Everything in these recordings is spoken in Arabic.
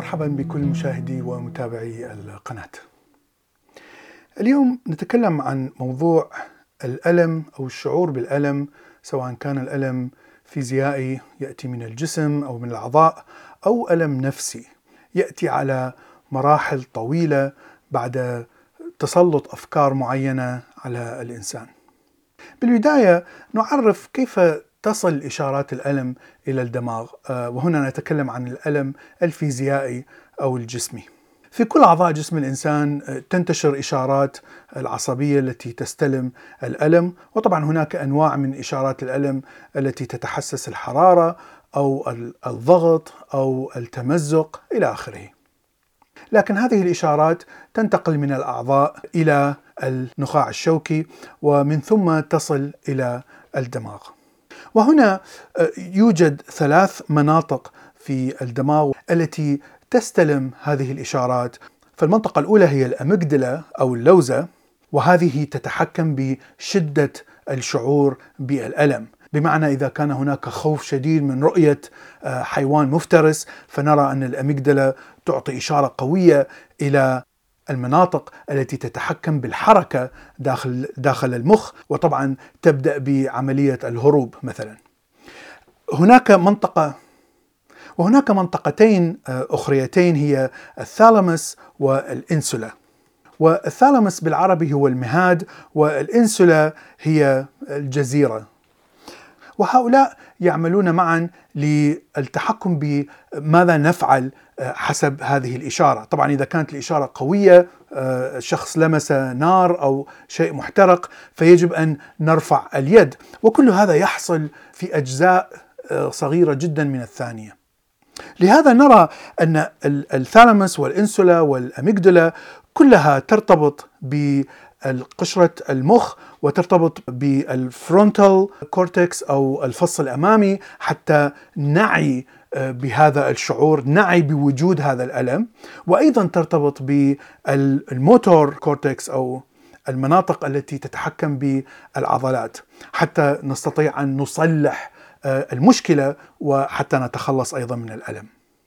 مرحبا بكل مشاهدي ومتابعي القناة. اليوم نتكلم عن موضوع الألم أو الشعور بالألم، سواء كان الألم فيزيائي يأتي من الجسم أو من الأعضاء، أو ألم نفسي يأتي على مراحل طويلة بعد تسلط أفكار معينة على الإنسان. بالبداية نعرف كيف تصل إشارات الألم إلى الدماغ، وهنا نتكلم عن الألم الفيزيائي أو الجسمي. في كل أعضاء جسم الإنسان تنتشر إشارات العصبية التي تستلم الألم، وطبعا هناك أنواع من إشارات الألم التي تتحسس الحرارة أو الضغط أو التمزق إلى آخره. لكن هذه الإشارات تنتقل من الأعضاء إلى النخاع الشوكي ومن ثم تصل إلى الدماغ. وهنا يوجد 3 مناطق في الدماغ التي تستلم هذه الإشارات. فالمنطقة الأولى هي الأميجدلا أو اللوزة، وهذه تتحكم بشدة الشعور بالألم، بمعنى إذا كان هناك خوف شديد من رؤية حيوان مفترس فنرى أن الأميجدلا تعطي إشارة قوية إلى المناطق التي تتحكم بالحركة داخل المخ، وطبعا تبدأ بعملية الهروب مثلا. هناك منطقتين أخريتين هي الثالاموس والإنسولا. والثالاموس بالعربي هو المهاد، والإنسولا هي الجزيرة، وهؤلاء يعملون معا للتحكم بماذا نفعل حسب هذه الإشارة. طبعا إذا كانت الإشارة قوية، شخص لمس نار أو شيء محترق، فيجب أن نرفع اليد، وكل هذا يحصل في أجزاء صغيرة جدا من الثانية. لهذا نرى أن الثالاموس والإنسولا والأميجدلا كلها ترتبط بقشرة المخ وترتبط بالفرونتال كورتكس أو الفص الأمامي، حتى نعي بهذا الشعور، نعي بوجود هذا الألم. وأيضا ترتبط بالموتور كورتكس أو المناطق التي تتحكم بالعضلات، حتى نستطيع أن نصلح المشكلة وحتى نتخلص أيضا من الألم.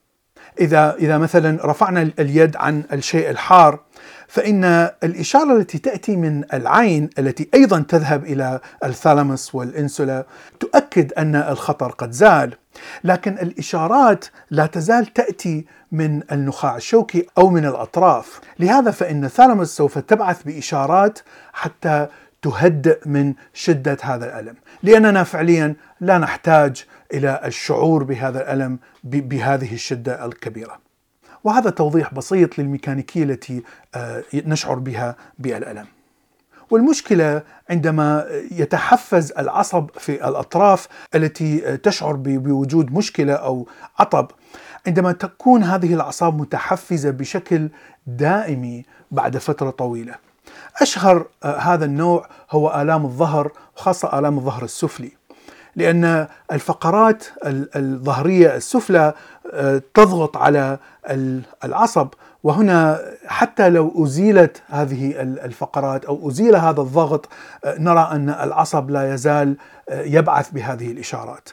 إذا مثلا رفعنا اليد عن الشيء الحار، فإن الإشارة التي تأتي من العين التي أيضا تذهب إلى الثالاموس والإنسولا تؤكد أن الخطر قد زال، لكن الإشارات لا تزال تأتي من النخاع الشوكي أو من الأطراف. لهذا فإن الثالاموس سوف تبعث بإشارات حتى تهدئ من شدة هذا الألم، لأننا فعليا لا نحتاج إلى الشعور بهذا الألم بهذه الشدة الكبيرة. وهذا توضيح بسيط للميكانيكية التي نشعر بها بالألم. والمشكلة عندما يتحفز العصب في الأطراف التي تشعر بوجود مشكلة أو عطب، عندما تكون هذه الأعصاب متحفزة بشكل دائمي بعد فترة طويلة. أشهر هذا النوع هو آلام الظهر، وخاصة آلام الظهر السفلي، لأن الفقرات الظهرية السفلى تضغط على العصب، وهنا حتى لو أزيلت هذه الفقرات أو أزيل هذا الضغط، نرى أن العصب لا يزال يبعث بهذه الإشارات.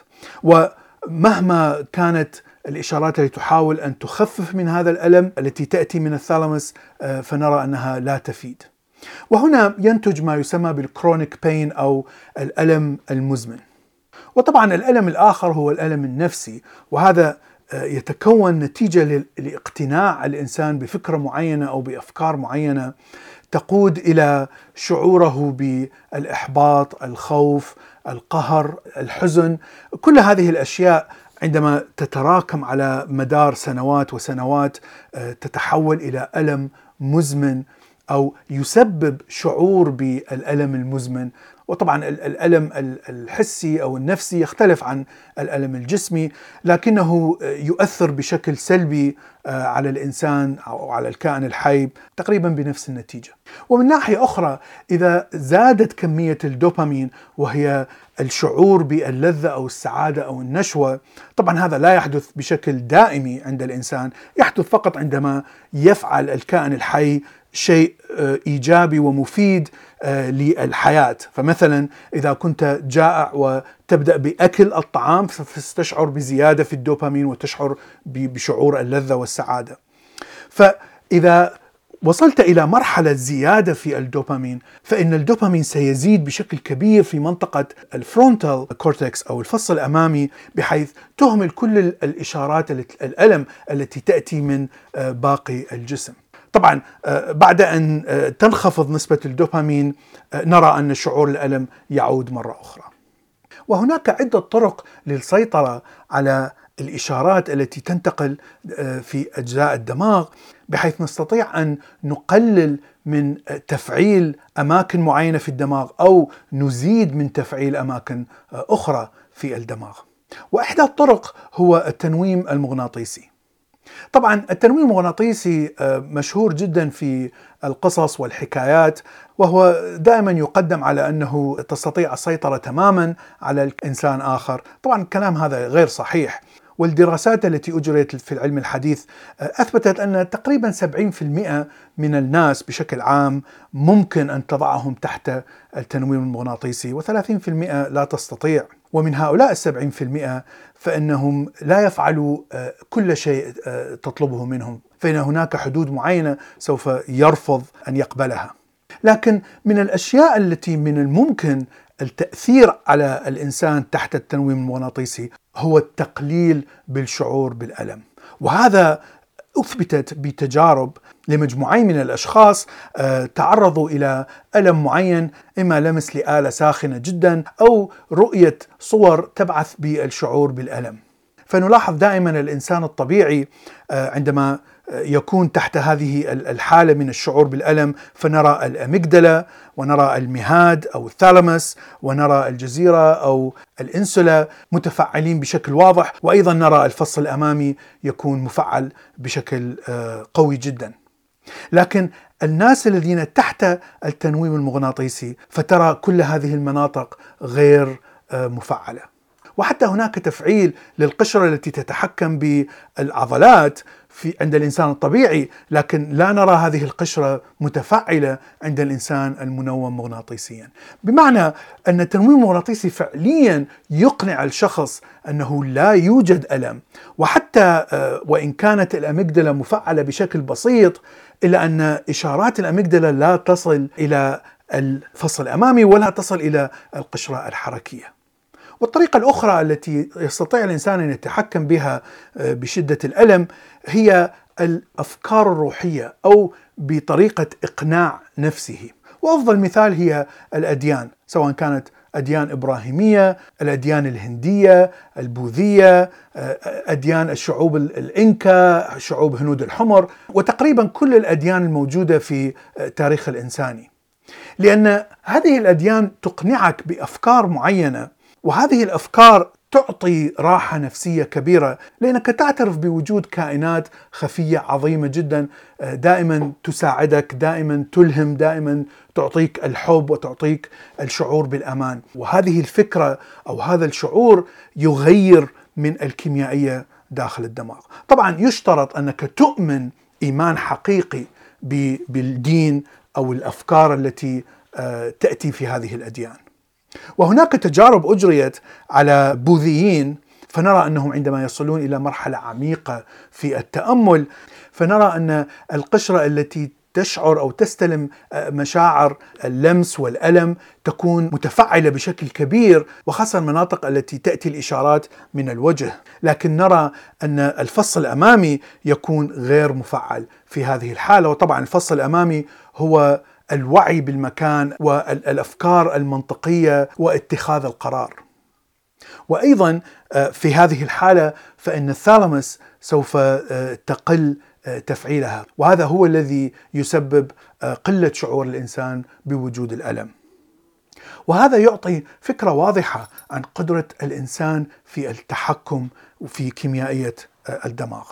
ومهما كانت الإشارات التي تحاول أن تخفف من هذا الألم التي تأتي من الثالاموس، فنرى أنها لا تفيد. وهنا ينتج ما يسمى بالكرونيك بين أو الألم المزمن. وطبعا الألم الآخر هو الألم النفسي، وهذا يتكون نتيجة لاقتناع الإنسان بفكرة معينة أو بأفكار معينة تقود إلى شعوره بالإحباط، الخوف، القهر، الحزن. كل هذه الأشياء عندما تتراكم على مدار سنوات وسنوات تتحول إلى ألم مزمن، أو يسبب شعور بالألم المزمن. وطبعا الألم الحسي أو النفسي يختلف عن الألم الجسمي، لكنه يؤثر بشكل سلبي على الإنسان أو على الكائن الحي تقريبا بنفس النتيجة. ومن ناحية أخرى، إذا زادت كمية الدوبامين وهي الشعور باللذة أو السعادة أو النشوة. طبعا هذا لا يحدث بشكل دائمي عند الإنسان، يحدث فقط عندما يفعل الكائن الحي شيء إيجابي ومفيد للحياة. فمثلا إذا كنت جائع وتبدأ بأكل الطعام فتستشعر بزيادة في الدوبامين وتشعر بشعور اللذة والسعادة. فإذا وصلت إلى مرحلة زيادة في الدوبامين، فإن الدوبامين سيزيد بشكل كبير في منطقة الفرونتال كورتكس أو الفص الأمامي، بحيث تهمل كل الإشارات الألم التي تأتي من باقي الجسم. طبعا بعد أن تنخفض نسبة الدوبامين نرى أن شعور الألم يعود مرة أخرى. وهناك عدة طرق للسيطرة على الإشارات التي تنتقل في أجزاء الدماغ، بحيث نستطيع أن نقلل من تفعيل أماكن معينة في الدماغ أو نزيد من تفعيل أماكن أخرى في الدماغ. وإحدى الطرق هو التنويم المغناطيسي. طبعا التنويم المغناطيسي مشهور جدا في القصص والحكايات، وهو دائما يقدم على أنه تستطيع السيطرة تماما على الإنسان آخر. طبعا الكلام هذا غير صحيح، والدراسات التي أجريت في العلم الحديث أثبتت أن تقريبا 70% من الناس بشكل عام ممكن أن تضعهم تحت التنويم المغناطيسي، و30% لا تستطيع. ومن هؤلاء 70% فإنهم لا يفعلوا كل شيء تطلبه منهم، فإن هناك حدود معينة سوف يرفض أن يقبلها. لكن من الأشياء التي من الممكن التأثير على الإنسان تحت التنويم المغناطيسي هو التقليل بالشعور بالألم. وهذا أثبتت بتجارب لمجموعين من الأشخاص تعرضوا إلى ألم معين، إما لمس لآلة ساخنة جدا أو رؤية صور تبعث بالشعور بالألم. فنلاحظ دائما الإنسان الطبيعي عندما يكون تحت هذه الحالة من الشعور بالألم فنرى الأميجدلا ونرى المهاد أو الثالاموس ونرى الجزيرة أو الإنسولا متفعلين بشكل واضح، وأيضا نرى الفص الأمامي يكون مفعل بشكل قوي جدا. لكن الناس الذين تحت التنويم المغناطيسي فترى كل هذه المناطق غير مفعلة. وحتى هناك تفعيل للقشرة التي تتحكم بالعضلات عند الإنسان الطبيعي، لكن لا نرى هذه القشرة متفعلة عند الإنسان المنوم مغناطيسيا. بمعنى أن التنويم المغناطيسي فعليا يقنع الشخص أنه لا يوجد ألم، وحتى وإن كانت الأميجدلا مفعلة بشكل بسيط إلا أن إشارات الأميجدلا لا تصل إلى الفص الأمامي ولا تصل إلى القشرة الحركية. والطريقة الأخرى التي يستطيع الإنسان أن يتحكم بها بشدة الألم هي الأفكار الروحية أو بطريقة إقناع نفسه. وأفضل مثال هي الأديان، سواء كانت أديان إبراهيمية، الأديان الهندية، البوذية، أديان الشعوب الإنكا، شعوب هنود الحمر، وتقريبا كل الأديان الموجودة في التاريخ الإنساني. لأن هذه الأديان تقنعك بأفكار معينة، وهذه الأفكار تعطي راحة نفسية كبيرة، لأنك تعترف بوجود كائنات خفية عظيمة جدا دائما تساعدك، دائما تلهم، دائما تعطيك الحب وتعطيك الشعور بالأمان. وهذه الفكرة أو هذا الشعور يغير من الكيميائية داخل الدماغ. طبعا يشترط أنك تؤمن إيمان حقيقي بالدين أو الأفكار التي تأتي في هذه الأديان. وهناك تجارب أجريت على بوذيين، فنرى أنهم عندما يصلون إلى مرحلة عميقة في التأمل فنرى أن القشرة التي تشعر أو تستلم مشاعر اللمس والألم تكون متفعلة بشكل كبير، وخاصة المناطق التي تأتي الإشارات من الوجه. لكن نرى أن الفص الأمامي يكون غير مفعل في هذه الحالة. وطبعا الفص الأمامي هو الوعي بالمكان والأفكار المنطقية واتخاذ القرار. وأيضا في هذه الحالة فإن الثالاموس سوف تقل تفعيلها، وهذا هو الذي يسبب قلة شعور الإنسان بوجود الألم. وهذا يعطي فكرة واضحة عن قدرة الإنسان في التحكم في كيميائية الدماغ.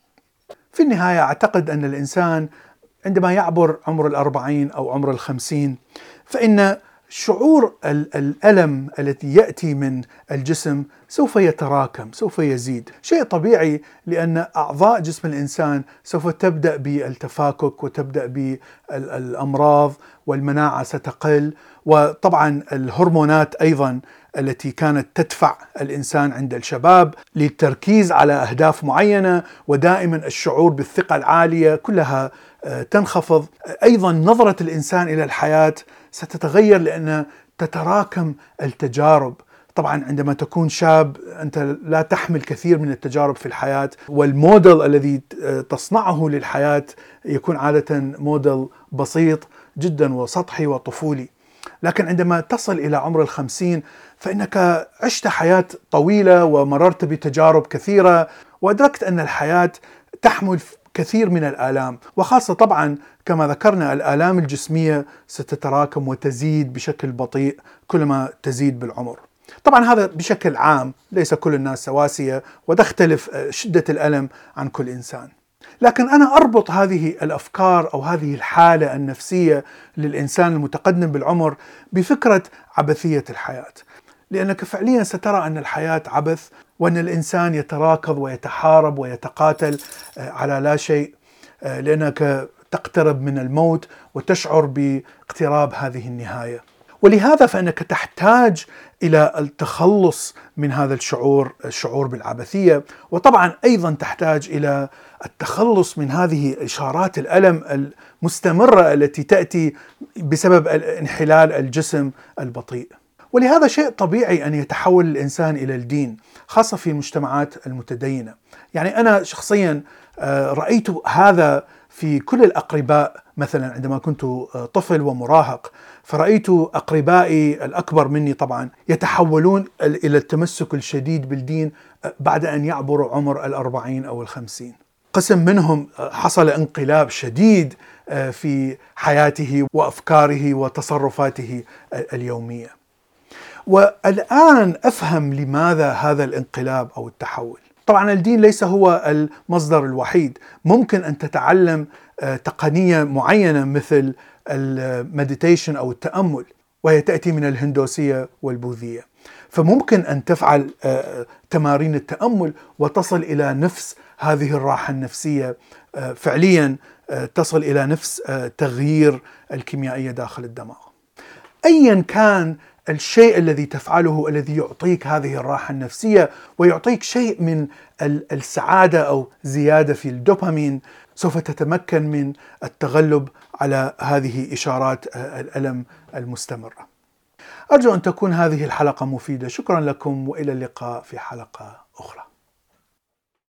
في النهاية أعتقد أن الإنسان عندما يعبر عمر 40 أو عمر 50 فإن شعور الألم الذي يأتي من الجسم سوف يتراكم، سوف يزيد، شيء طبيعي، لأن أعضاء جسم الإنسان سوف تبدأ بالتفاكك وتبدأ بالأمراض، والمناعة ستقل، وطبعا الهرمونات أيضا التي كانت تدفع الإنسان عند الشباب للتركيز على أهداف معينة ودائما الشعور بالثقة العالية كلها تنخفض. أيضا نظرة الإنسان إلى الحياة ستتغير لأن تتراكم التجارب. طبعا عندما تكون شاب أنت لا تحمل كثير من التجارب في الحياة، والموديل الذي تصنعه للحياة يكون عادة موديل بسيط جدا وسطحي وطفولي. لكن عندما تصل إلى عمر 50 فإنك عشت حياة طويلة ومررت بتجارب كثيرة، وأدركت أن الحياة تحمل كثير من الآلام، وخاصة طبعا كما ذكرنا الآلام الجسمية ستتراكم وتزيد بشكل بطيء كلما تزيد بالعمر. طبعا هذا بشكل عام، ليس كل الناس سواسية وتختلف شدة الألم عن كل إنسان. لكن أنا أربط هذه الأفكار أو هذه الحالة النفسية للإنسان المتقدم بالعمر بفكرة عبثية الحياة، لأنك فعليا سترى أن الحياة عبث، وأن الإنسان يتراكض ويتحارب ويتقاتل على لا شيء، لأنك تقترب من الموت وتشعر باقتراب هذه النهاية. ولهذا فإنك تحتاج إلى التخلص من هذا الشعور بالعبثية، وطبعا أيضا تحتاج إلى التخلص من هذه إشارات الألم المستمرة التي تأتي بسبب انحلال الجسم البطيء. ولهذا شيء طبيعي أن يتحول الإنسان إلى الدين، خاصة في المجتمعات المتدينة. يعني أنا شخصيا رأيت هذا في كل الأقرباء، مثلا عندما كنت طفل ومراهق فرأيت أقربائي الأكبر مني طبعا يتحولون إلى التمسك الشديد بالدين بعد أن يعبروا عمر 40 أو 50. قسم منهم حصل انقلاب شديد في حياته وأفكاره وتصرفاته اليومية. والآن أفهم لماذا هذا الانقلاب أو التحول. طبعا الدين ليس هو المصدر الوحيد، ممكن أن تتعلم تقنية معينة مثل المديتيشن أو التأمل، وهي تأتي من الهندوسية والبوذية، فممكن أن تفعل تمارين التأمل وتصل إلى نفس هذه الراحة النفسية، فعليا تصل إلى نفس تغيير الكيميائية داخل الدماغ. أيا كان الشيء الذي تفعله الذي يعطيك هذه الراحة النفسية ويعطيك شيء من السعادة أو زيادة في الدوبامين، سوف تتمكن من التغلب على هذه إشارات الألم المستمرة. أرجو أن تكون هذه الحلقة مفيدة. شكرا لكم، وإلى اللقاء في حلقة أخرى.